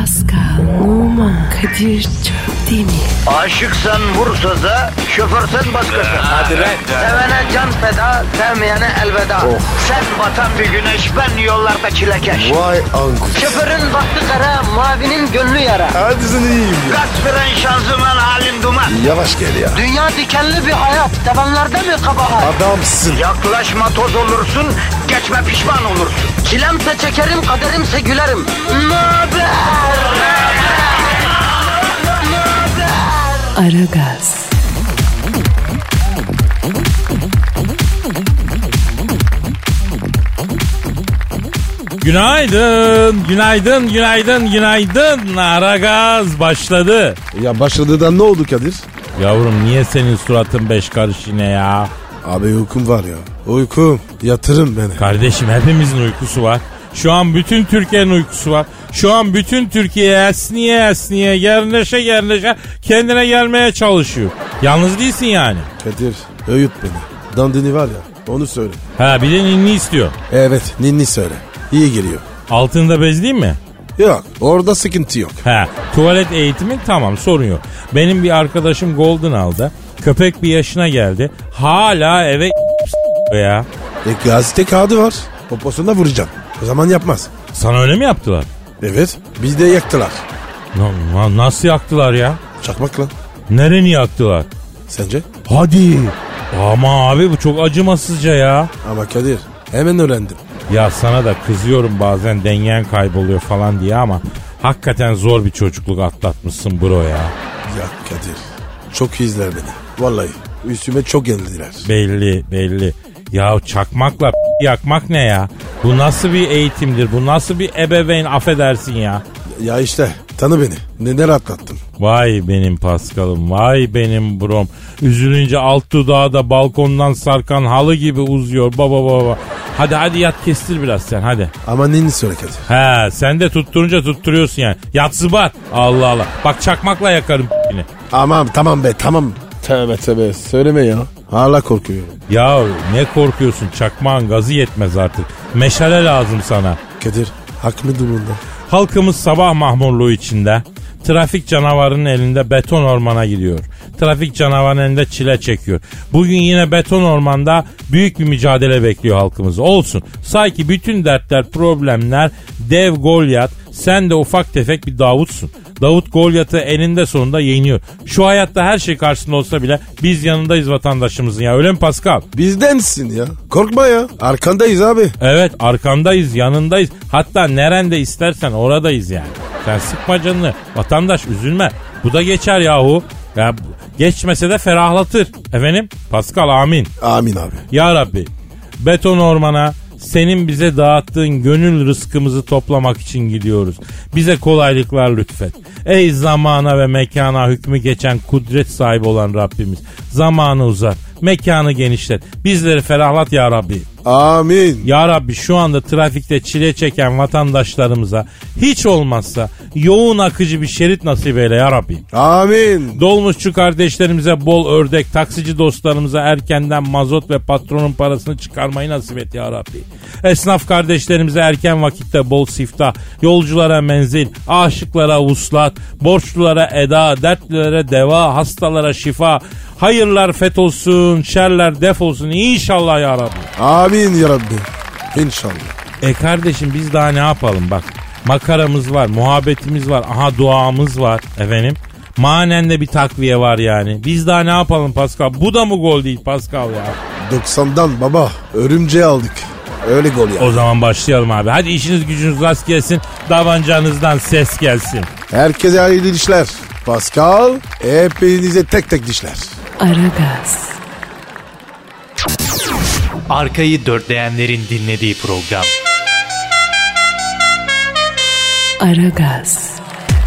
Pascal, Oman, Kadir çok değil mi? Aşıksan vursa da, şoförsen başkasın. Hadi lan. Sevene can feda, sevmeyene elveda. Sen batan bir güneş, ben yollarda çilekeş. Vay anku. Şoförün baktı kara, mavinin gönlü yara. Hadi sen iyiyim ya. Kasperen şanzıman halin duman. Yavaş gel ya. Dünya dikenli bir hayat, sevenlerde mi kabahar? Adamsın. Yaklaşma toz olursun, geçme pişman olursun. Çilemse çekerim, kaderimse gülerim. Möber! Aragaz. Günaydın, günaydın, günaydın, günaydın. Aragaz başladı. Ya başladığı ne oldu Kadir? Yavrum niye senin suratın beş karış yine ya? Abi uykum var ya. Uykum. Yatırın beni. Kardeşim hepimizin uykusu var. Şu an bütün Türkiye'nin uykusu var. Şu an bütün Türkiye esniye gerneşe kendine gelmeye çalışıyor. Yalnız değilsin yani. Kadir öğüt beni. Dandini var ya onu söyle. Ha bir de ninni istiyor. Evet ninni söyle. İyi geliyor. Altını da bezleyeyim mi? Yok orada sıkıntı yok. Ha tuvalet eğitimi tamam sorun yok. Benim bir arkadaşım Golden aldı. Köpek bir yaşına geldi. Hala eve ya. Gazete kağıdı var. Poposuna vuracağım. O zaman yapmaz. Sana öyle mi yaptılar? Evet biz de yaktılar. Nasıl yaktılar ya? Çakmakla. Nereni yaktılar? Sence? Hadi. Ama abi bu çok acımasızca ya. Ama Kadir hemen öğrendim. Ya sana da kızıyorum bazen dengen kayboluyor falan diye ama hakikaten zor bir çocukluk atlatmışsın bro ya. Ya Kadir çok izler beni. Vallahi üstüme çok yenildiler. Belli. Ya çakmakla yakmak ne ya? Bu nasıl bir eğitimdir? Bu nasıl bir ebeveyn affedersin ya? Ya işte tanı beni. Neler atlattım. Vay benim Paskal'ım, vay benim brom. Üzülünce alt dudağı da balkondan sarkan halı gibi uzuyor baba. Hadi yat kestir biraz sen hadi. Ama neyini söyle Kadir. He sen de tutturunca tutturuyorsun yani. Yat zıbar. Allah. Bak çakmakla yakarım yine. Aman tamam be tamam. Tövbe söyleme ya. Hala korkuyorum. Ya ne korkuyorsun, çakmağın gazı yetmez artık. Meşale lazım sana. Kadir hak mı durumda? Halkımız sabah mahmurluğu içinde trafik canavarının elinde beton ormana gidiyor. Trafik canavarının elinde çile çekiyor. Bugün yine beton ormanda büyük bir mücadele bekliyor halkımız. Olsun. Sanki bütün dertler, problemler dev Golyat. Sen de ufak tefek bir Davut'sun. Davut Golyat'ı eninde sonunda yeniyor. Şu hayatta her şey karşısında olsa bile biz yanındayız vatandaşımızın ya. Öyle mi Pascal? Bizdensin ya. Korkma ya. Arkandayız abi. Evet arkandayız, yanındayız. Hatta nerede istersen oradayız yani. Sen sıkma canını. Vatandaş üzülme. Bu da geçer yahu. Ya geçmese de ferahlatır. Efendim? Pascal amin. Amin abi. Ya Rabbi beton ormana senin bize dağıttığın gönül rızkımızı toplamak için gidiyoruz. Bize kolaylıklar lütfet. Ey zamana ve mekana hükmü geçen kudret sahibi olan Rabbimiz. Zamanı uzat, mekanı genişlet. Bizleri ferahlat ya Rabbi. Amin. Ya Rabbi şu anda trafikte çile çeken vatandaşlarımıza hiç olmazsa yoğun akıcı bir şerit nasip eyle ya Rabbi. Amin. Dolmuşçu kardeşlerimize bol ördek, taksici dostlarımıza erkenden mazot ve patronun parasını çıkarmayı nasip et ya Rabbi. Esnaf kardeşlerimize erken vakitte bol siftah, yolculara menzil, aşıklara vuslat, borçlulara eda, dertlilere deva, hastalara şifa, hayırlar fetholsun, şerler defolsun inşallah ya Rabbi. Amin ya Rabbi. İnşallah. Kardeşim biz daha ne yapalım bak. Makaramız var, muhabbetimiz var, aha duamız var efendim. Manen de bir takviye var yani. Biz daha ne yapalım Pascal? Bu da mı gol değil Pascal ya? 90'dan baba örümceği aldık. Öyle gol ya. O zaman başlayalım abi. Hadi işiniz gücünüz rast gelsin. Davancanızdan ses gelsin. Herkese hayırlı işler. Pascal hepinize tek dişler. Aragaz. Arkayı dörtleyenlerin dinlediği program. Aragaz.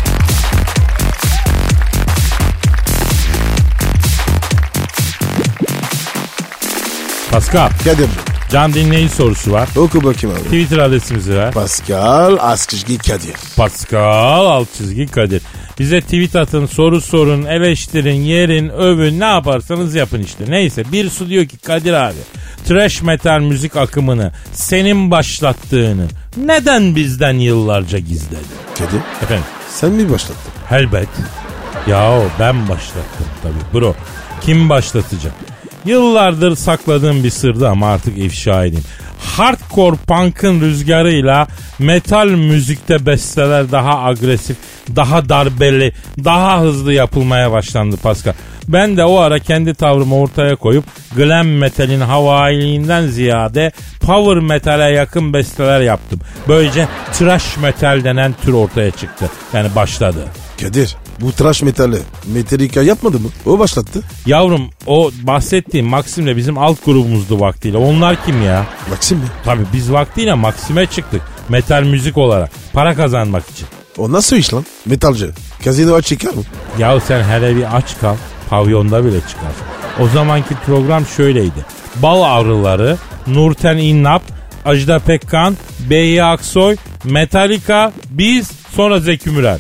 Pascal, Kadir. can dinleyici sorusu var. Oku bakayım abi. Twitter adresimizi ver. Pascal Askışgi Kadir. Pascal _ Kadir. Bize tweet atın, soru sorun, eleştirin, yerin, övün, ne yaparsanız yapın işte. Neyse bir su diyor ki Kadir abi thrash metal müzik akımını senin başlattığını neden bizden yıllarca gizledin? Kadir Efendim? sen mi başlattın? Elbet. Yahu ben başlattım tabii bro. Kim başlatacak? Yıllardır sakladığım bir sırdı ama artık ifşa edeyim. Hardcore punk'ın rüzgarıyla metal müzikte besteler daha agresif, daha darbeli, daha hızlı yapılmaya başlandı Pascal. Ben de o ara kendi tavrımı ortaya koyup glam metalin havailiğinden ziyade power metale yakın besteler yaptım. Böylece thrash metal denen tür ortaya çıktı. Yani başladı. Kadir bu trash metali Metallica yapmadı mı? O başlattı. Yavrum o bahsettiğim Maxim'le bizim alt grubumuzdu vaktiyle. Onlar kim ya? Maxim mi? Tabii biz vaktiyle Maxim'e çıktık. Metal müzik olarak. Para kazanmak için. O nasıl iş lan? Metalci. Kazino aç çıkar mı? Yahu sen hele bir aç kal. Pavyonda bile çıkar. O zamanki program şöyleydi. Bal Avruları, Nurten İnnap, Ajda Pekkan, Beyi Aksoy, Metallica, biz, sonra Zeki Müren.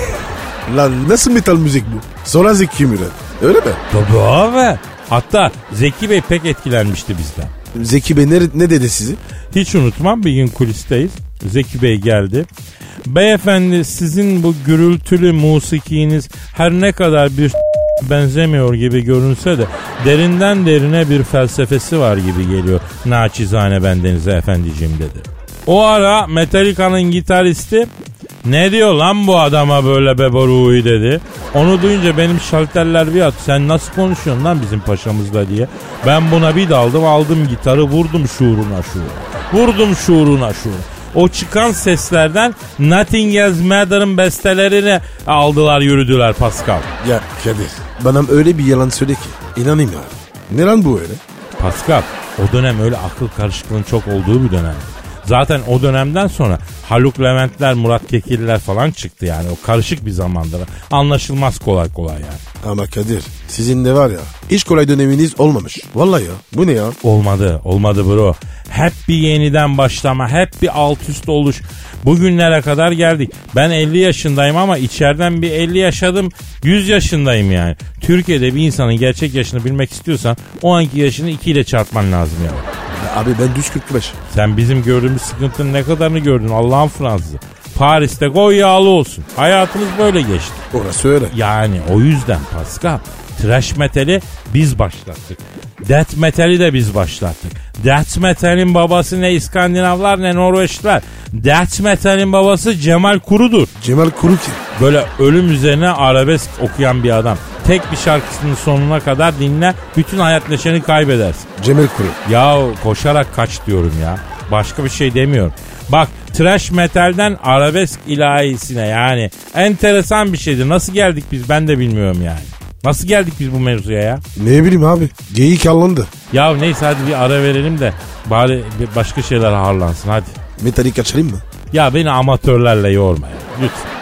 Lan nasıl metal müzik bu? Sonra Zeki Müren. Öyle mi? Tabii abi. Hatta Zeki Bey pek etkilenmişti bizden. Zeki Bey ne dedi sizi? Hiç unutmam, bir gün kulisteyiz. Zeki Bey geldi. Beyefendi sizin bu gürültülü musikiniz her ne kadar bir benzemiyor gibi görünse de derinden derine bir felsefesi var gibi geliyor. Naçizane bendenize efendiciğim dedi. O ara Metallica'nın gitaristi ne diyor lan bu adama böyle beberuğu dedi. Onu duyunca benim şalterler bir at. Sen nasıl konuşuyorsun lan bizim paşamızla diye. Ben buna bir daldım, aldım gitarı, vurdum şuuruna şuur. Vurdum şuuruna şuur. O çıkan seslerden Nothing Else Matter'ın bestelerini aldılar, yürüdüler Pascal. Ya Kadir bana öyle bir yalan söyle ki inanayım ya. Ne lan bu öyle? Pascal o dönem öyle akıl karışıklığının çok olduğu bir dönem. Zaten o dönemden sonra Haluk Leventler, Murat Kekilliler falan çıktı yani. O karışık bir zamandır. Anlaşılmaz kolay kolay yani. Ama Kadir sizin de var ya hiç kolay döneminiz olmamış. Vallahi ya bu ne ya? Olmadı bro. Hep bir yeniden başlama, hep bir alt üst oluş. Bugünlere kadar geldik. Ben 50 yaşındayım ama içeriden bir 50 yaşadım. 100 yaşındayım yani. Türkiye'de bir insanın gerçek yaşını bilmek istiyorsan o anki yaşını 2 ile çarpman lazım yani. Ya abi ben düz 45. Sen bizim gördüğümüz sıkıntının ne kadarını gördün Allah'ın Fransızı. Paris'te koy yağlı olsun. Hayatımız böyle geçti. Orası öyle. Yani o yüzden Pascal, thrash metali biz başlattık. Death metali de biz başlattık. Death metalin babası ne İskandinavlar ne Norveçliler. Death metalin babası Cemal Kuru'dur. Cemal Kuru kim? Böyle ölüm üzerine arabesk okuyan bir adam. Tek bir şarkısının sonuna kadar dinle, bütün hayat neşeni kaybedersin. Cemal Kuru. Ya koşarak kaç diyorum ya. Başka bir şey demiyorum. Bak thrash metalden arabesk ilahisine yani enteresan bir şeydi. Nasıl geldik biz ben de bilmiyorum yani. Nasıl geldik biz bu mevzuya ya? Ne bileyim abi. Geyik alındı. Ya neyse hadi bir ara verelim de bari başka şeyler harlansın hadi. Metallica çalayım mı? Ya beni amatörlerle yorma ya lütfen.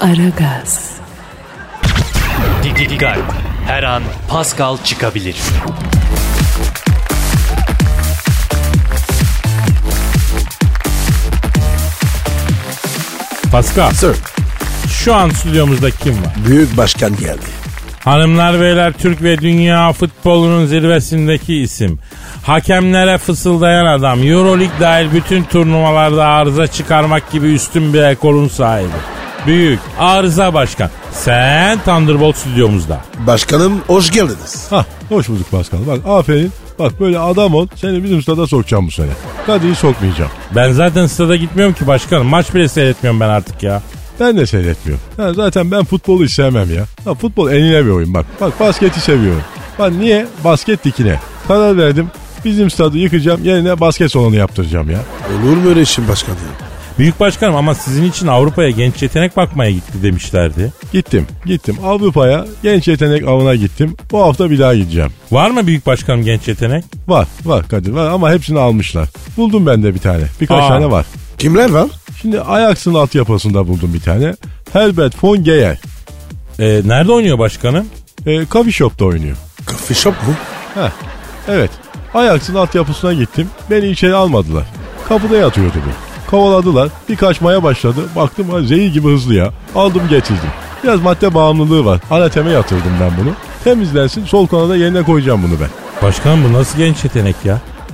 Aragaz. Dikkat. Her an Pascal çıkabilir. Pascal, Sir. şu an stüdyomuzda kim var? Büyük başkan geldi. Hanımlar beyler, Türk ve dünya futbolunun zirvesindeki isim. Hakemlere fısıldayan adam. Euroleague dahil bütün turnuvalarda arıza çıkarmak gibi üstün bir ekolun sahibi. Büyük arıza başkan. Sen Thunderbolt stüdyomuzda. Başkanım hoş geldiniz. Hah, hoş bulduk Pascal. Bak aferin. Bak böyle adam ol, seni bizim stada sokacağım bu sene. Kadir'i sokmayacağım. Ben zaten stada gitmiyorum ki başkanım. Maç bile seyretmiyorum ben artık ya. Ben de seyretmiyorum. Ya zaten ben futbolu hiç sevmem ya. Ya futbol enine bir oyun bak. Bak basketi seviyorum. Bak niye? Basket dikine. Karar verdim. Bizim stadı yıkacağım, yerine basket salonu yaptıracağım ya. Olur mu öyle işin başkanım? Büyük başkanım ama sizin için Avrupa'ya genç yetenek bakmaya gitti demişlerdi. Gittim. Avrupa'ya genç yetenek avına gittim. Bu hafta bir daha gideceğim. Var mı büyük başkanım genç yetenek? Var Kadir var ama hepsini almışlar. Buldum ben de bir tane. Birkaç tane var. Kimler var? Şimdi Ajax'ın altyapısında buldum bir tane. Herbert von Geyer. Nerede oynuyor başkanım? Coffee Shop'ta oynuyor. Coffee shop mu? Heh, evet. Ajax'ın altyapısına gittim. Beni içeri almadılar. Kapıda yatıyordu bu. Kovaladılar. Bir kaçmaya başladı. Baktım zehir gibi hızlı ya. Aldım getirdim. Biraz madde bağımlılığı var. Anateme yatırdım ben bunu. Temizlensin, sol kanada yerine koyacağım bunu ben. Başkanım bu nasıl genç yetenek ya?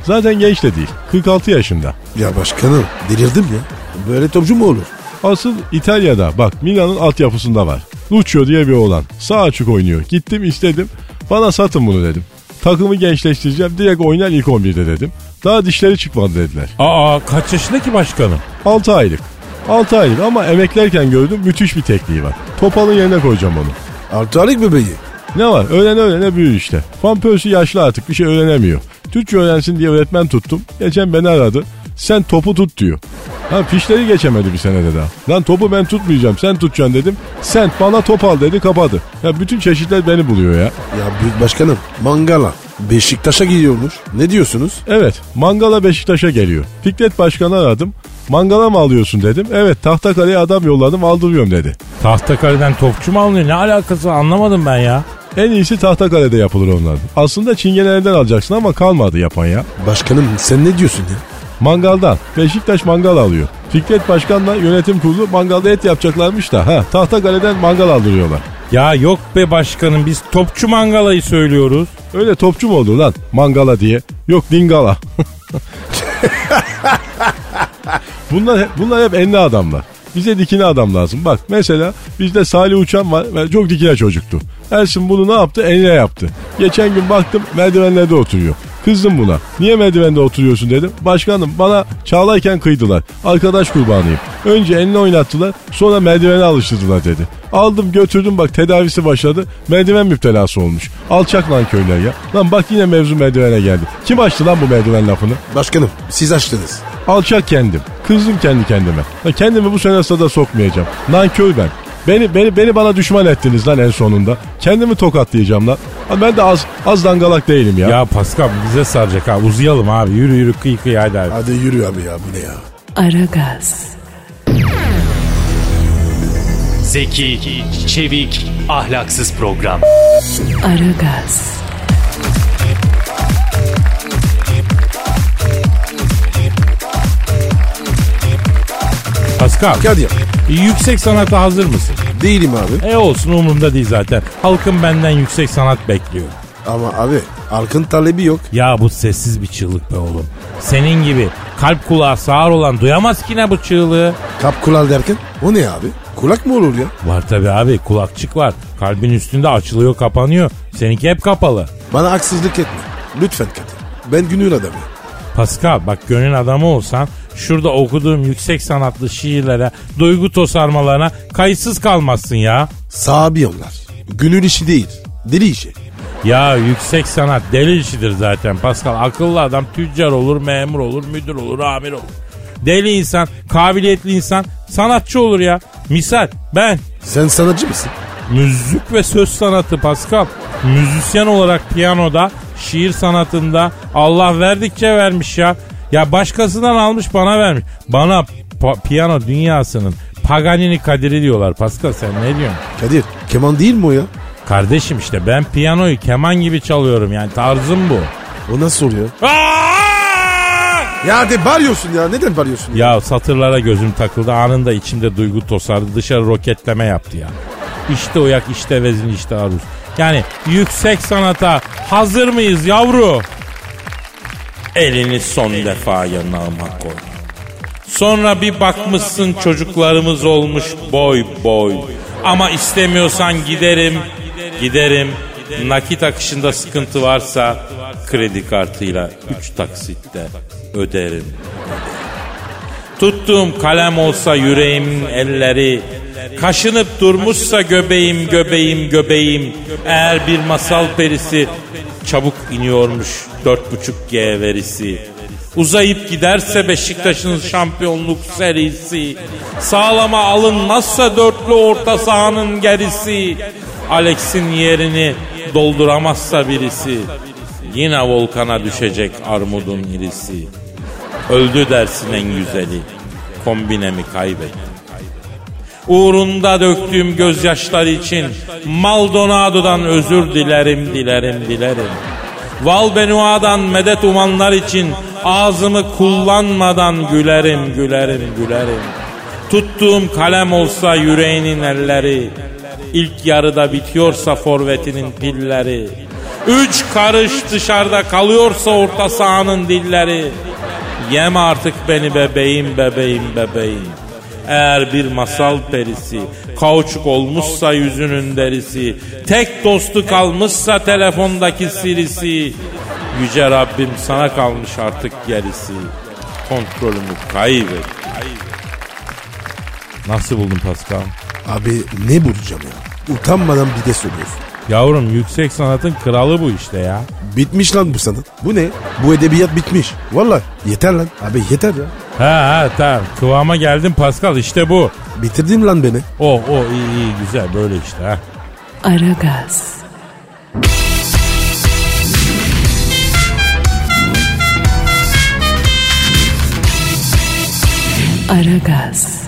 Zaten genç de değil. 46 yaşında. Ya başkanım delirdim ya. Böyle topçu mu olur? Asıl İtalya'da bak Milan'ın altyapısında var. Lucio diye bir oğlan. Sağ açık oynuyor. Gittim istedim. Bana satın bunu dedim. Takımı gençleştireceğim. Direkt oynar ilk 11'de dedim. Daha dişleri çıkmadı dediler. Aa, kaç yaşındaki başkanım? 6 aylık. 6 aylık ama emeklerken gördüm müthiş bir tekniği var. Topalın yerine koyacağım onu. 6 aylık bebeği. Ne var? Öğrene büyür işte. Van Persie yaşlı artık bir şey öğrenemiyor. Türkçe öğrensin diye öğretmen tuttum. Geçen beni aradı. Sen topu tut diyor. Ha fişleri geçemedi bir senede daha. Lan topu ben tutmayacağım sen tutacaksın dedim. Sen bana top al dedi kapadı. Ya bütün çeşitler beni buluyor ya. Ya büyük başkanım Mangala Beşiktaş'a gidiyormuş. Ne diyorsunuz? Evet Mangala Beşiktaş'a geliyor. Fikret Başkan'ı aradım. Mangala mı alıyorsun dedim. Evet Tahtakale'ye adam yolladım aldırıyorum dedi. Tahtakale'den topçu mu alınıyor? Ne alakası var? Anlamadım ben ya. En iyisi Tahtakale'de yapılır onlardan. Aslında Çingenelerden alacaksın ama kalmadı yapan ya. Başkanım sen ne diyorsun ya? Mangaldan. Beşiktaş mangal alıyor. Fikret Başkan'la yönetim kurulu mangalda et yapacaklarmış da Tahtakale'den mangal aldırıyorlar. Ya yok be başkanım biz topçu Mangala'yı söylüyoruz. Öyle topçu mu olur lan mangala diye? Yok dingala. Bunlar hep enli adamlar. Bize dikine adam lazım. Bak mesela bizde Salih Uçan var ve çok dikine çocuktu. Ersin bunu ne yaptı? Enine yaptı. Geçen gün baktım merdivenlerde oturuyor. Kızdım buna. Niye merdivende oturuyorsun dedim. Başkanım bana Çağlarken kıydılar. Arkadaş kurbanıyım. Önce eline oynattılar sonra merdivene alıştırdılar dedi. Aldım götürdüm bak tedavisi başladı. Merdiven müptelası olmuş. Alçak lan köyler ya. Lan bak yine mevzu merdivene geldi. Kim açtı lan bu merdiven lafını? Başkanım siz açtınız. Alçak kendim. Kızdım kendi kendime. Kendimi bu sene stada sokmayacağım. Nankör ben. Beni bana düşman ettiniz lan en sonunda. Kendimi tokatlayacağım lan. Ben de az dangalak değilim ya. Ya Pascal bize saracak abi. Uzayalım abi. Yürü kıy hadi abi. Hadi yürü abi ya bu ne ya? Aragaz. Zeki, çevik, ahlaksız program. Aragaz. Pascal. Kadir. Yüksek sanata hazır mısın? Değilim abi. Olsun umurumda değil zaten. Halkım benden yüksek sanat bekliyor. Ama abi halkın talebi yok. Ya bu sessiz bir çığlık be oğlum. Senin gibi kalp kulağı sağır olan duyamaz ki ne bu çığlığı. Kap kulak derken o ne abi? Kulak mı olur ya? Var tabi abi kulakçık var. Kalbin üstünde açılıyor kapanıyor. Seninki hep kapalı. Bana haksızlık etme. Lütfen Kadir. Ben gönül adamıyım. Pascal bak gönül adamı olsan şurada okuduğum yüksek sanatlı şiirlere, duygu tosarmalarına kayıtsız kalmazsın ya. Sahabi onlar. Gönül işi değil. Deli işi. Ya yüksek sanat deli işidir zaten Pascal. Akıllı adam tüccar olur, memur olur, müdür olur, amir olur. Deli insan, kabiliyetli insan sanatçı olur ya. Misal ben. Sen sanatçı mısın? Müzik ve söz sanatı Pascal. Müzisyen olarak piyanoda, şiir sanatında Allah verdikçe vermiş ya. Ya başkasından almış bana vermiş. Bana piyano dünyasının Paganini Kadir'i diyorlar Pascal sen ne diyorsun? Kadir keman değil mi o ya? Kardeşim işte ben piyanoyu keman gibi çalıyorum yani tarzım bu. O nasıl oluyor? Ya de bağırıyorsun ya. Neden bağırıyorsun? Ya satırlara gözüm takıldı anında içimde duygu tosardı dışarı roketleme yaptı ya. İşte oyak işte vezin işte aruz. Yani yüksek sanata hazır mıyız yavru? Elini son defa yanağıma koy. Sonra bir bakmışsın çocuklarımız olmuş boy boy. Ama istemiyorsan giderim. Nakit akışında sıkıntı varsa kredi kartıyla 3 taksitte öderim. Tuttuğum kalem olsa yüreğimin elleri, kaşınıp durmuşsa göbeğim. Eğer bir masal perisi çabuk iniyormuş 4.5G verisi. Uzayıp giderse Beşiktaş'ın şampiyonluk serisi. Sağlama alınmazsa dörtlü orta sahanın gerisi. Alex'in yerini dolduramazsa birisi. Yine volkana düşecek armudun irisi. Öldü dersin en güzeli. Kombinemi kaybettim. Uğrunda döktüğüm gözyaşları için Maldonado'dan özür dilerim. Valbenua'dan medet umanlar için ağzımı kullanmadan gülerim. Tuttuğum kalem olsa yüreğinin elleri, İlk yarıda bitiyorsa forvetinin pilleri, Üç karış dışarıda kalıyorsa orta sahanın dilleri. Yem artık beni bebeğim, bebeğim, bebeğim. Eğer bir masal perisi, kauçuk olmuşsa yüzünün derisi, tek dostu kalmışsa telefondaki sirisi, yüce Rabbim sana kalmış artık gerisi. Kontrolümü kaybet. Nasıl buldun Pascal? Abi ne bulacağım ya? Utanmadan bir de söylüyorsun. Yavrum yüksek sanatın kralı bu işte ya. Bitmiş lan bu sanat. Bu ne? Bu edebiyat bitmiş. Vallahi yeter lan. Abi yeter ya. Ha tamam, kıvama geldin Pascal, işte bu. Bitirdin lan beni. iyi güzel, böyle işte ha. Aragaz. Aragaz.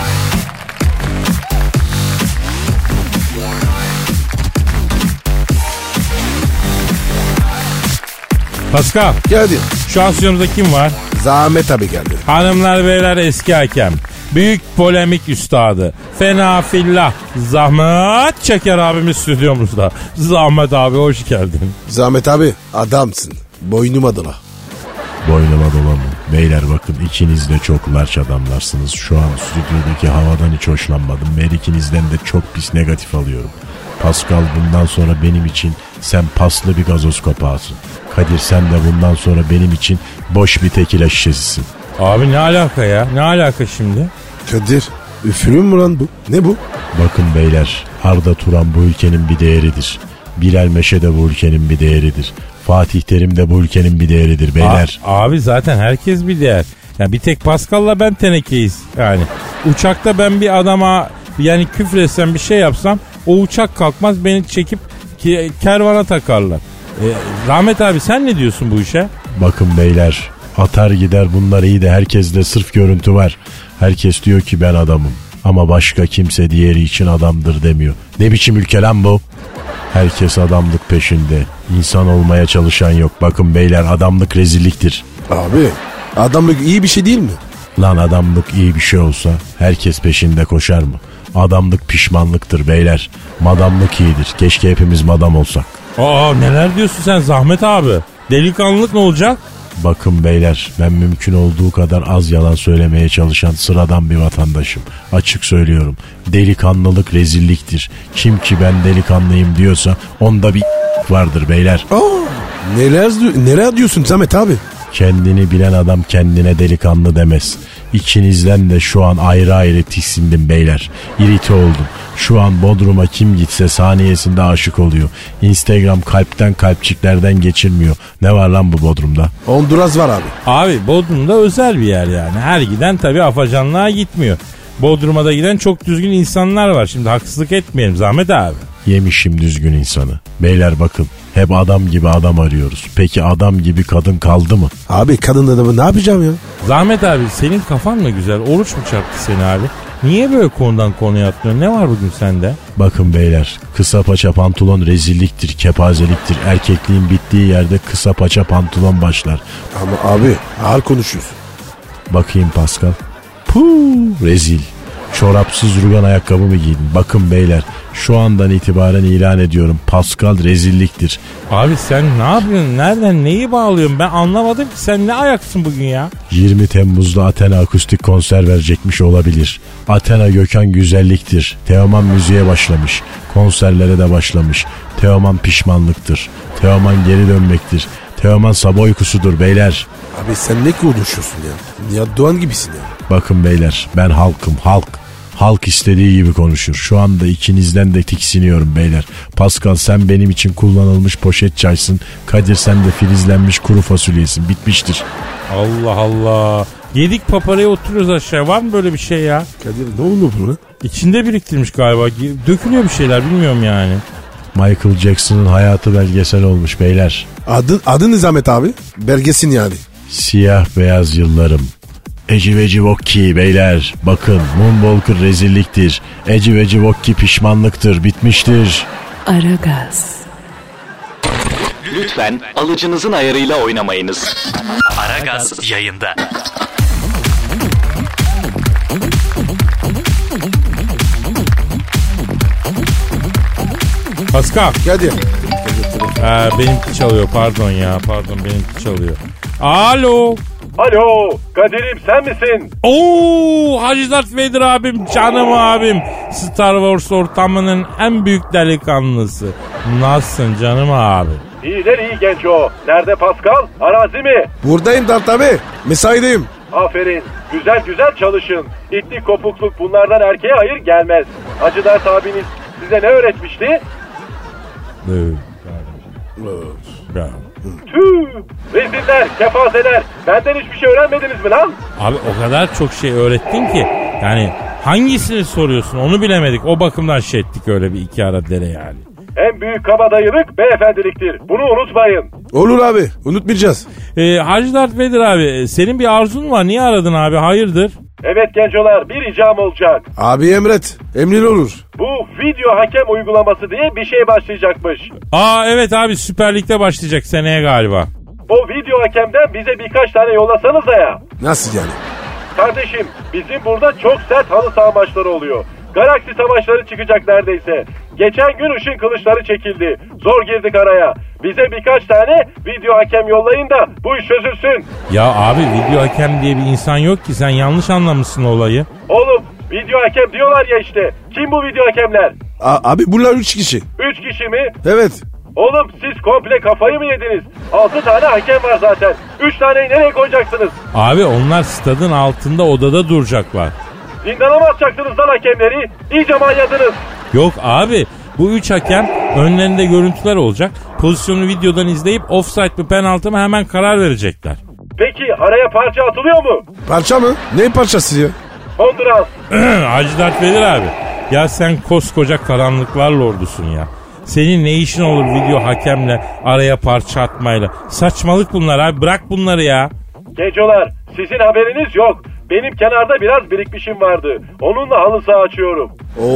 Pascal, Geldi. şu an stüdyomuzda kim var? Zahmet abi geldi. Hanımlar beyler, eski hakem, büyük polemik üstadı, fena fillah Zahmet Çeker abimiz stüdyomuzda. Zahmet abi, hoş geldin. Zahmet abi adamsın. Boynuma dola. Boynuma dolamam. Beyler bakın, ikiniz de çok larç adamlarsınız. Şu an stüdyodaki havadan hiç hoşlanmadım. Her ikinizden de çok pis negatif alıyorum. Pascal, bundan sonra benim için sen paslı bir gazoz kapağısın. Kadir, sen de bundan sonra benim için boş bir tekila şişesisin. Abi ne alaka ya? Ne alaka şimdi? Kadir üfürüyor mu lan bu? Ne bu? Bakın beyler, Arda Turan bu ülkenin bir değeridir. Bilal Meşe de bu ülkenin bir değeridir. Fatih Terim de bu ülkenin bir değeridir beyler. Abi zaten herkes bir değer. Ya bir tek Pascal'la ben tenekeyiz yani. Uçakta ben bir adama yani küfretsem, bir şey yapsam, o uçak kalkmaz, beni çekip kervana takarlar. Rahmet abi, sen ne diyorsun bu işe? Bakın beyler, atar gider bunlar iyi de herkeste sırf görüntü var. Herkes diyor ki ben adamım ama başka kimse diğeri için adamdır demiyor. Ne biçim ülke lan bu? Herkes adamlık peşinde. İnsan olmaya çalışan yok. Bakın beyler, adamlık rezilliktir. Abi adamlık iyi bir şey değil mi? Lan adamlık iyi bir şey olsa herkes peşinde koşar mı? Adamlık pişmanlıktır beyler. Madamlık iyidir. Keşke hepimiz madam olsak. Neler diyorsun sen Zahmet abi? Delikanlılık ne olacak? Bakın beyler, ben mümkün olduğu kadar az yalan söylemeye çalışan sıradan bir vatandaşım. Açık söylüyorum. Delikanlılık rezilliktir. Kim ki ben delikanlıyım diyorsa onda bir vardır beyler. Neler diyorsun Zahmet abi? Kendini bilen adam kendine delikanlı demez. İçinizden de şu an ayrı ayrı tiksindim beyler. İrite oldum. Şu an Bodrum'a kim gitse saniyesinde aşık oluyor. Instagram kalpten kalpçiklerden geçirmiyor. Ne var lan bu Bodrum'da? Honduras var abi. Abi Bodrum'da özel bir yer yani. Her giden tabii afacanlığa gitmiyor. Bodrum'a da giden çok düzgün insanlar var. Şimdi haksızlık etmeyelim Zahmet abi. Yemişim düzgün insanı. Beyler bakın, hep adam gibi adam arıyoruz. Peki adam gibi kadın kaldı mı? Abi kadın adamı ne yapacağım ya? Zahmet abi, senin kafan mı güzel? Oruç mu çarptı seni abi? Niye böyle konudan konuya atlıyorsun? Ne var bugün sende? Bakın beyler, kısa paça pantolon rezilliktir, kepazeliktir. Erkekliğin bittiği yerde kısa paça pantolon başlar. Ama abi ağır konuşuyorsun. Bakayım Pascal. Puh, rezil. Çorapsız rugan ayakkabı mı giydin? Bakın beyler, şu andan itibaren ilan ediyorum. Pascal rezilliktir. Abi sen ne yapıyorsun? Nereden neyi bağlıyorsun? Ben anlamadım ki, sen ne ayaksın bugün ya? 20 Temmuz'da Athena akustik konser verecekmiş olabilir. Athena Gökhan güzelliktir. Teoman müziğe başlamış. Konserlere de başlamış. Teoman pişmanlıktır. Teoman geri dönmektir. Teoman sabah uykusudur beyler. Abi sen ne konuşuyorsun ya? Nihat Doğan gibisin ya. Bakın beyler, ben halkım, halk. Halk istediği gibi konuşur. Şu anda ikinizden de tiksiniyorum beyler. Pascal, sen benim için kullanılmış poşet çaysın. Kadir, sen de filizlenmiş kuru fasulyesin. Bitmiştir. Allah Allah. Yedik paparaya oturuyoruz aşağı. Var mı böyle bir şey ya? Kadir ne oldu buna? İçinde biriktirmiş galiba. Dökülüyor bir şeyler, bilmiyorum yani. Michael Jackson'ın hayatı belgesel olmuş beyler. Adı ne Zahmet abi? Belgesin yani. Siyah beyaz yıllarım. Eci veci vokki beyler. Bakın, Moonwalker rezilliktir. Eci veci vokki pişmanlıktır. Bitmiştir. Aragaz. Lütfen alıcınızın ayarıyla oynamayınız. Aragaz yayında. Pascal, Kadir. Benimki çalıyor pardon benimki çalıyor. Alo. Alo Kadir'im sen misin? Oo, Hacı Darth Vader abim, canım abim. Star Wars ortamının en büyük delikanlısı. Nasılsın canım abi? İyiler iyi genç o. Nerede Pascal? Arazi mi? Buradayım Dart abi. Mesaideyim. Aferin. Güzel çalışın. İtlik kopukluk bunlardan erkeğe hayır gelmez. Hacı Dert abiniz size ne öğretmişti? Tüh! Reziller, kefazeler. Benden hiçbir şey öğrenmediniz mi lan? Abi o kadar çok şey öğrettin ki. Yani hangisini soruyorsun onu bilemedik. O bakımdan şey ettik öyle bir iki ara dere yani. En büyük kabadayılık beyefendiliktir. Bunu unutmayın. Olur abi, unutmayacağız. Hacı Darth Vader abi, senin bir arzun var. Niye aradın abi? Hayırdır? Evet gencolar, bir ricam olacak. Abi emret, emrin olur. Bu video hakem uygulaması diye bir şey başlayacakmış. Evet abi, Süper Lig'de başlayacak seneye galiba. O video hakemden bize birkaç tane yollasanıza ya. Nasıl yani? Kardeşim, bizim burada çok sert halı saha maçları oluyor. Galaksi savaşları çıkacak neredeyse. Geçen gün ışın kılıçları çekildi. Zor girdik araya. Bize birkaç tane video hakem yollayın da bu iş çözülsün. Ya abi, video hakem diye bir insan yok ki, sen yanlış anlamışsın olayı. Oğlum, video hakem diyorlar ya işte. Kim bu video hakemler? Abi bunlar 3 kişi. 3 kişi mi? Evet. Oğlum siz komple kafayı mı yediniz? 6 tane hakem var zaten. 3 taneyi nereye koyacaksınız? Abi onlar stadın altında odada duracaklar. Zindana mı atacaksınız lan hakemleri? İyice manyadınız. Yok abi, bu 3 hakem önlerinde görüntüler olacak. Pozisyonu videodan izleyip offside mi penaltı mı hemen karar verecekler. Peki araya parça atılıyor mu? Parça mı? Ne parçası ya? Honduras. Hacı Darth Vader abi, ya sen koskoca karanlıklar lordusun ya. Senin ne işin olur video hakemle araya parça atmayla? Saçmalık bunlar abi, bırak bunları ya. Gencolar, sizin haberiniz yok. Benim kenarda biraz birikmişim vardı. Onunla halı saha açıyorum.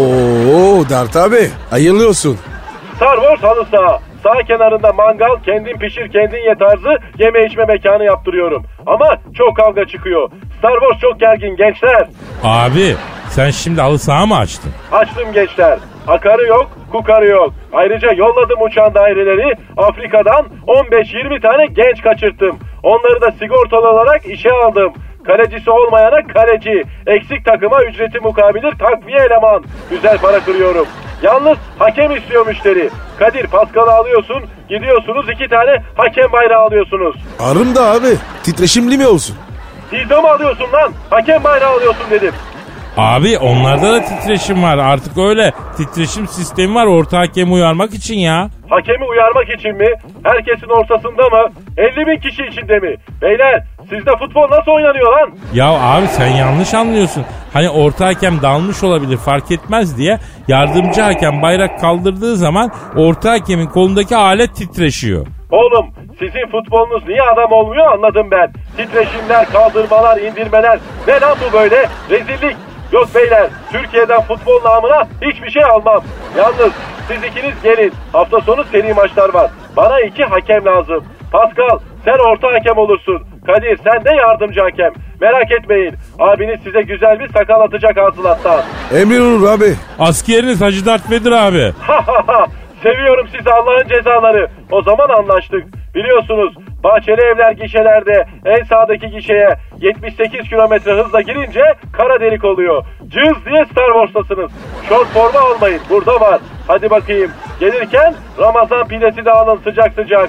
Oo Dart abi, hayırlı olsun. Star Wars halı saha. Sağ kenarında mangal, kendin pişir kendin ye tarzı yeme içme mekanı yaptırıyorum. Ama çok kavga çıkıyor. Star Wars çok gergin gençler. Abi sen şimdi halı saha mı açtın? Açtım gençler. Akarı yok, kukarı yok. Ayrıca yolladım uçan daireleri. Afrika'dan 15-20 tane genç kaçırttım. Onları da sigortalı olarak işe aldım. Kalecisi olmayana kaleci. Eksik takıma ücreti mukabilir takviye eleman. Güzel para kırıyorum. Yalnız hakem istiyor müşteri. Kadir, Pascal'ı alıyorsun, gidiyorsunuz 2 tane hakem bayrağı alıyorsunuz. Arım da abi, titreşimli mi olsun? Pizza mı alıyorsun lan? Hakem bayrağı alıyorsun dedim. Abi onlarda da titreşim var, artık öyle titreşim sistemi var orta hakemi uyarmak için ya. Hakemi uyarmak için mi? Herkesin ortasında mı? 50.000 kişi içinde mi? Beyler, sizde futbol nasıl oynanıyor lan? Ya abi sen yanlış anlıyorsun. Hani orta hakem dalmış olabilir, fark etmez diye yardımcı hakem bayrak kaldırdığı zaman orta hakemin kolundaki alet titreşiyor. Oğlum, sizin futbolunuz niye adam olmuyor anladım ben. Titreşimler, kaldırmalar, indirmeler. Ne lan bu böyle? Rezillik. Yok beyler, Türkiye'den futbol namına hiçbir şey almam. Yalnız siz ikiniz gelin. Hafta sonu seri maçlar var. Bana 2 hakem lazım. Pascal, sen orta hakem olursun. Kadir, sen de yardımcı hakem. Merak etmeyin. Abiniz size güzel bir sakal atacak hasılattan. Emrin olur abi. Askeriniz Hacı Darth Vader abi. Seviyorum sizi Allah'ın cezaları. O zaman anlaştık. Biliyorsunuz Bahçeli Evler gişelerde en sağdaki gişeye 78 kilometre hızla girince kara delik oluyor. Cız diye Star Wars'tasınız. Şort forma almayın, burada var. Hadi bakayım. Gelirken Ramazan pidesi de alın sıcak sıcak.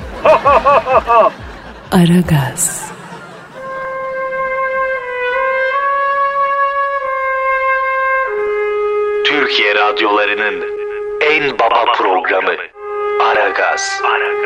Aragaz. Türkiye radyolarının en baba programı Aragaz.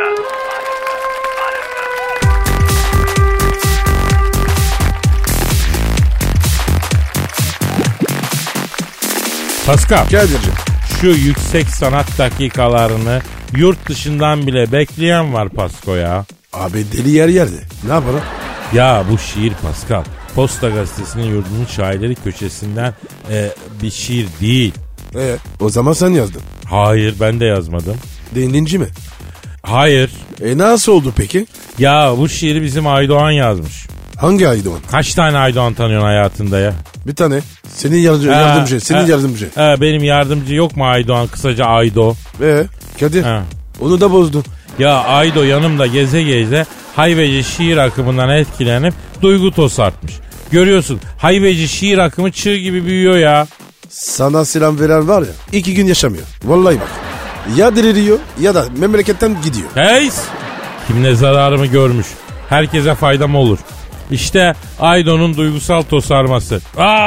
Pascal, Kadir'cim. şu yüksek sanat dakikalarını yurt dışından bile bekleyen var Pasko ya. Abi deli yer yerde. Ne yapalım? Ya bu şiir Pascal, Posta Gazetesi'nin yurdunun şairleri köşesinden bir şiir değil. O zaman sen yazdın. Hayır, ben de yazmadım. Dinleyici mi? Hayır. Nasıl oldu peki? Ya bu şiiri bizim Aydoğan yazmış. Hangi Aydoğan? Kaç tane Aydoğan tanıyorsun hayatında ya? Bir tane. Senin yardımcı. Senin yardımcı. Benim yardımcı yok mu Aydoğan? Kısaca Aydo. Kadir. Ha. Onu da bozdun. Ya Aydo yanımda geze geze haybeci şiir akımından etkilenip duygu tosartmış. Görüyorsun haybeci şiir akımı çığ gibi büyüyor ya. Sana selam veren var ya 2 gün yaşamıyor. Vallahi bak. Ya deliriyor ya da memleketten gidiyor. Heys! Kim ne zararımı görmüş. Herkese faydam olur. İşte Aydo'nun duygusal tosarması.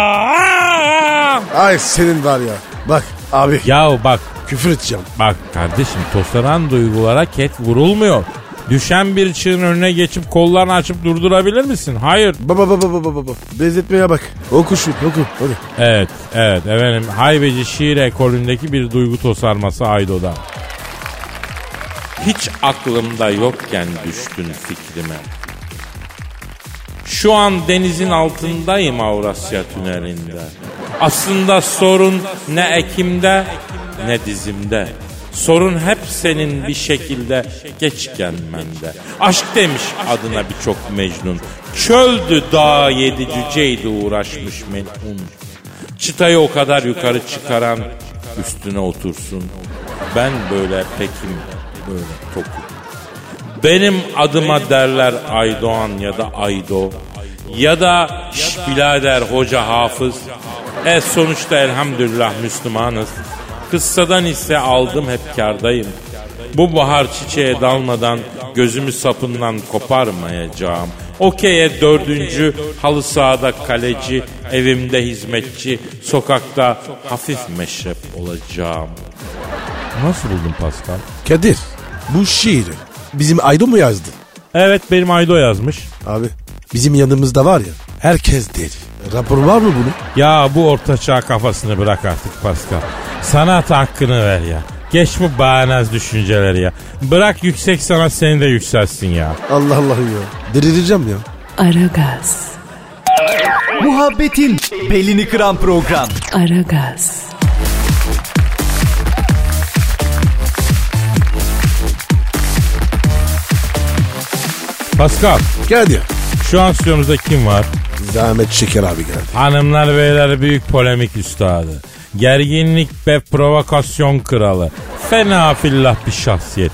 Ay senin var ya. Bak abi. Yahu bak. Küfür edeceğim. Bak kardeşim tosaran duygulara ket vurulmuyor. Düşen bir çığın önüne geçip kollarını açıp durdurabilir misin? Hayır. Baba. Benzetmeye bak. Oku hadi. Evet efendim. Haybeci şiir ekolündeki bir duygu tosarması Aydo'da. Hiç aklımda yokken düştün fikrime. Şu an denizin altındayım Avrasya Tüneli'nde. Aslında sorun ne ekimde ne dizimde. Sorun hep senin bir şekilde geç gelmende. Aşk demiş adına birçok Mecnun. Çöldü dağ yedi cüceydi uğraşmış menhun. Çıtayı o kadar yukarı çıkaran üstüne otursun. Ben böyle pekim böyle tokum. Benim adıma derler Aydoğan ya da Aydo. Ya da birader hoca hafız. Sonuçta elhamdülillah Müslümanız. Kıssadan ise aldım hep kârdayım. Bu bahar çiçeğe dalmadan gözümü sapından koparmayacağım. Okey'e 4. halı sahada kaleci, evimde hizmetçi, sokakta hafif meşrep olacağım. Nasıl buldun Pascal? Kadir bu şiiri bizim Aydo mu yazdı? Evet benim Aydo yazmış. Abi bizim yanımızda var ya herkes deli. Rapor var mı bunun? Ya bu ortaçağ kafasını bırak artık Pascal. Sanat hakkını ver ya. Geç bu bağnaz düşünceleri ya. Bırak yüksek sanat seni de yükselsin ya. Allah ya. Delireceğim ya. Aragaz. Muhabbetin belini kıran program. Aragaz. Pascal. Geldi ya. Şu an stüdyomuzda kim var? Zahmet Şeker abi geldi. Hanımlar beyler büyük polemik üstadı. Gerginlik ve provokasyon kralı. Fena fillah bir şahsiyet.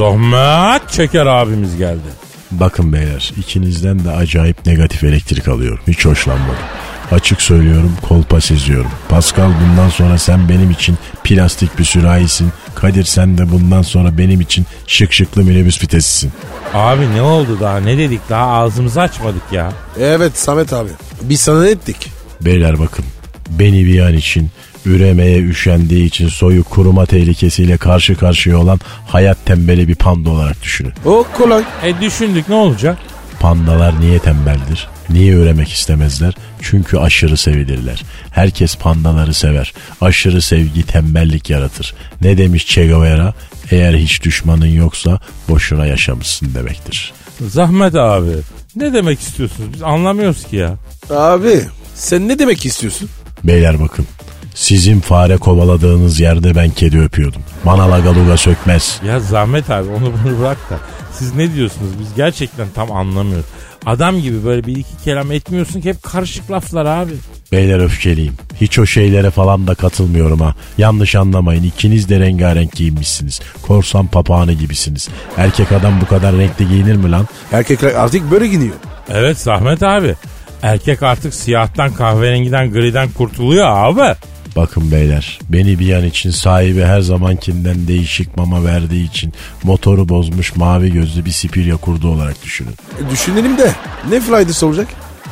Zahmet Şeker abimiz geldi. Bakın beyler ikinizden de acayip negatif elektrik alıyorum. Hiç hoşlanmadım. Açık söylüyorum kolpa seziyorum. Pascal bundan sonra sen benim için plastik bir sürahisin. Kadir sen de bundan sonra benim için şıklı minibüs vitesisin. Abi ne oldu daha ne dedik daha ağzımızı açmadık ya. Evet Samet abi biz sana ne ettik? Beyler bakın beni bir an için üremeye üşendiği için soyu kuruma tehlikesiyle karşı karşıya olan hayat tembeli bir panda olarak düşünün. O kolay. Düşündük ne olacak? Pandalar niye tembeldir? Niye üremek istemezler? Çünkü aşırı sevilirler. Herkes pandaları sever. Aşırı sevgi tembellik yaratır. Ne demiş Che Guevara? Eğer hiç düşmanın yoksa boşuna yaşamışsın demektir. Zahmet abi ne demek istiyorsunuz biz anlamıyoruz ki ya. Abi sen ne demek istiyorsun? Beyler bakın. Sizin fare kovaladığınız yerde ben kedi öpüyordum. Bana lagaluga sökmez. Ya Zahmet abi onu bunu bırak da siz ne diyorsunuz biz gerçekten tam anlamıyoruz. Adam gibi böyle bir iki kelam etmiyorsun ki hep karışık laflar abi. Beyler öfkeliyim. Hiç o şeylere falan da katılmıyorum ha. Yanlış anlamayın. İkiniz de rengarenk giyinmişsiniz. Korsan papağanı gibisiniz. Erkek adam bu kadar renkli giyinir mi lan? Erkekler artık böyle giyiniyor. Evet Zahmet abi. Erkek artık siyahtan kahverengiden griden kurtuluyor abi. Bakın beyler beni bir an için sahibi her zamankinden değişik mama verdiği için motoru bozmuş mavi gözlü bir Sibirya kurdu olarak düşünün. Düşünelim de ne faydası olacak?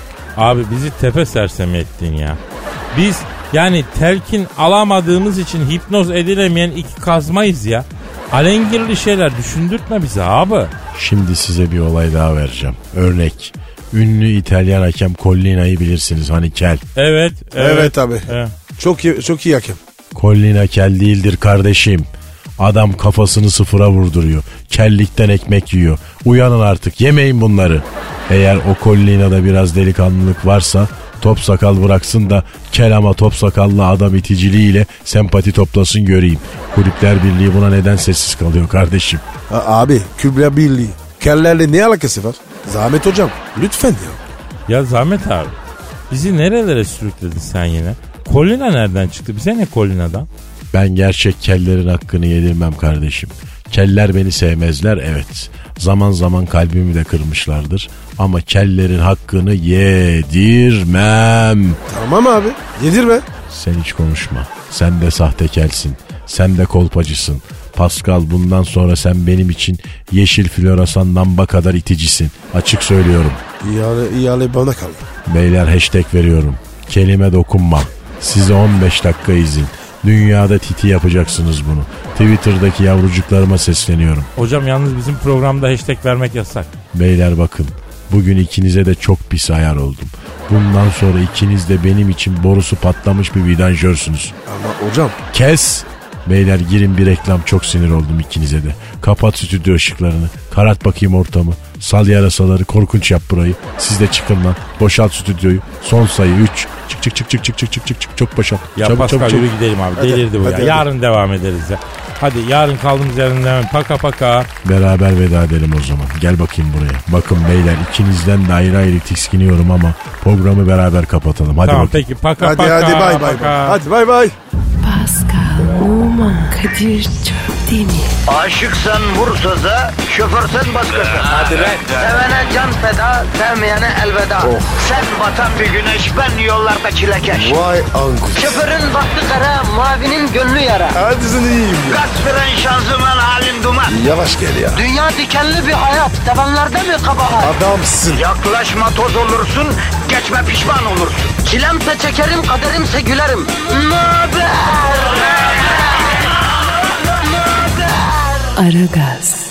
Abi bizi tepe sersemi ettin ya. Biz yani telkin alamadığımız için hipnoz edilemeyen iki kazmayız ya. Alengirli şeyler düşündürtme bize abi. Şimdi size bir olay daha vereceğim. Örnek. Ünlü İtalyan hakem Collina'yı bilirsiniz hani kel. Evet abi. Evet. Çok iyi hakem. Collina kel değildir kardeşim. Adam kafasını sıfıra vurduruyor. Kellikten ekmek yiyor. Uyanın artık yemeyin bunları. Eğer o Collina'da biraz delikanlılık varsa top sakal bıraksın da kel ama top sakallı adam iticiliğiyle sempati toplasın göreyim. Kulüpler Birliği buna neden sessiz kalıyor kardeşim? Abi Kulüpler Birliği kellerle ne alakası var? Zahmet hocam lütfen ya. Ya Zahmet abi bizi nerelere sürükledin sen yine? Collina nereden çıktı? Bize ne Collina'dan? Ben gerçek kellerin hakkını yedirmem kardeşim. Keller beni sevmezler, evet. Zaman zaman kalbimi de kırmışlardır. Ama kellerin hakkını yedirmem. Tamam abi, yedirme. Sen hiç konuşma. Sen de sahtekelsin. Sen de kolpacısın. Pascal, bundan sonra sen benim için yeşil floresan lamba kadar iticisin. Açık söylüyorum. İhale bana kaldı. Beyler, hashtag veriyorum. Kelime dokunma. Size 15 dakika izin. Dünyada titi yapacaksınız bunu. Twitter'daki yavrucuklarıma sesleniyorum. Hocam yalnız bizim programda hashtag vermek yasak. Beyler bakın. Bugün ikinize de çok pis ayar oldum. Bundan sonra ikiniz de benim için borusu patlamış bir vidanjörsünüz. Ama hocam. Kes. Beyler girin bir reklam, çok sinir oldum ikinize de. Kapat stüdyo ışıklarını. Karat bakayım ortamı. Sal yarasaları, korkunç yap burayı. Siz de çıkın lan. Boşalt stüdyoyu. Son sayı 3. Çık. Çok boşalt. Ya çabuk, Pascal çabuk. yürü gidelim abi. Delirdi bu ya. hadi. Yarın devam ederiz ya. Hadi yarın kaldığımız yerden devam. Paka. Beraber veda edelim o zaman. Gel bakayım buraya. Bakın beyler, ikinizden de ayrı ayrı tiskiniyorum ama programı beraber kapatalım. Hadi Tamam bakayım. peki paka. Hadi bay bay. Hadi bay. Pascal, Oman, Kadir çok değil mi? Aşıksan vursa da, şoförsen başkasın. Hadi sevene can feda, sevmeyene elveda. Sen batan bir güneş, ben yollarda çilekeş. Vay anku. Şoförün baktı kara, mavinin gönlü yara. Hadi sen iyiyim ya. Kasperen şanzıman halin duman. Yavaş gel ya. Dünya dikenli bir hayat, sevenlerde mi kabahar? Adamsın. Yaklaşma toz olursun, geçme pişman olursun. Çilemse çekerim, kaderimse gülerim. Möber! Aragaz.